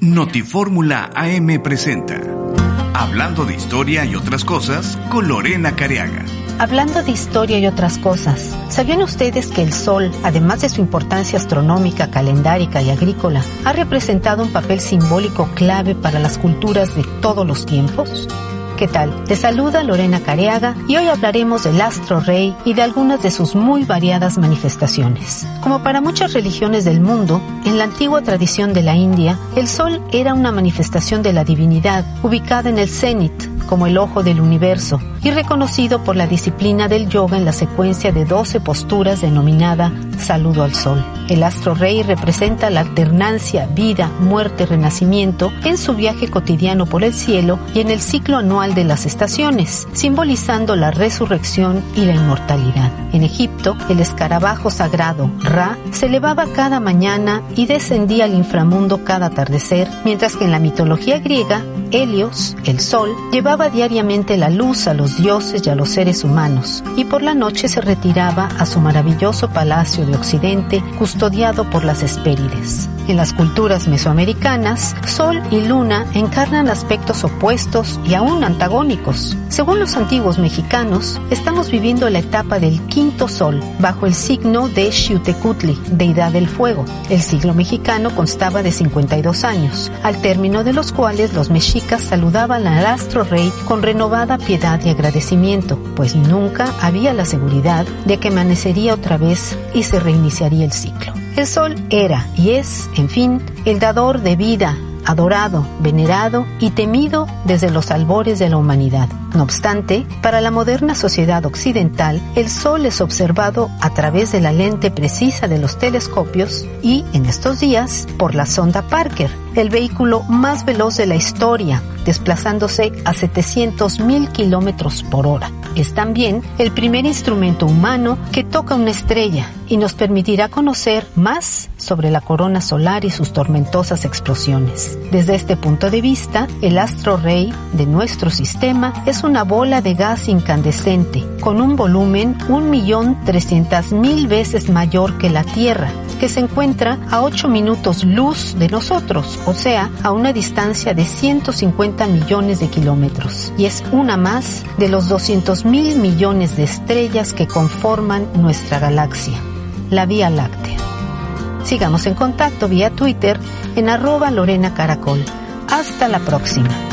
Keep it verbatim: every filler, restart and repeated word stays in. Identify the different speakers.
Speaker 1: Notifórmula A M presenta Hablando de Historia y otras cosas con Lorena Careaga.
Speaker 2: Hablando de historia y otras cosas, ¿sabían ustedes que el Sol, además de su importancia astronómica, calendárica y agrícola, ha representado un papel simbólico clave para las culturas de todos los tiempos? ¿Qué tal? Te saluda Lorena Careaga y hoy hablaremos del astro rey y de algunas de sus muy variadas manifestaciones. Como para muchas religiones del mundo, en la antigua tradición de la India, el sol era una manifestación de la divinidad, ubicada en el cenit, como el ojo del universo, y reconocido por la disciplina del yoga en la secuencia de doce posturas denominada Saludo al Sol. El astro rey representa la alternancia vida, muerte, renacimiento en su viaje cotidiano por el cielo y en el ciclo anual de las estaciones, simbolizando la resurrección y la inmortalidad. En Egipto, el escarabajo sagrado, Ra, se elevaba cada mañana y descendía al inframundo cada atardecer, mientras que en la mitología griega, Helios, el sol, llevaba diariamente la luz a los dioses y a los seres humanos, y por la noche se retiraba a su maravilloso palacio de Occidente, custodiado por las Hespérides. En las culturas mesoamericanas, Sol y Luna encarnan aspectos opuestos y aún antagónicos. Según los antiguos mexicanos, estamos viviendo la etapa del quinto Sol, bajo el signo de Xiuhtecutli, deidad del fuego. El siglo mexicano constaba de cincuenta y dos años, al término de los cuales los mexicas saludaban al astro rey con renovada piedad y agradecimiento, pues nunca había la seguridad de que amanecería otra vez y se reiniciaría el ciclo. El sol era y es, en fin, el dador de vida, adorado, venerado y temido desde los albores de la humanidad. No obstante, para la moderna sociedad occidental, el Sol es observado a través de la lente precisa de los telescopios y, en estos días, por la sonda Parker, el vehículo más veloz de la historia, desplazándose a setecientos mil kilómetros por hora. Es también el primer instrumento humano que toca una estrella y nos permitirá conocer más sobre la corona solar y sus tormentosas explosiones. Desde este punto de vista, el astro rey de nuestro sistema es una bola de gas incandescente con un volumen un millón trescientas mil veces mayor que la Tierra, que se encuentra a ocho minutos luz de nosotros, o sea, a una distancia de ciento cincuenta millones de kilómetros. Y es una más de los doscientos mil millones de estrellas que conforman nuestra galaxia, la Vía Láctea. Sigamos en contacto vía Twitter en arroba Lorena Caracol. Hasta la próxima.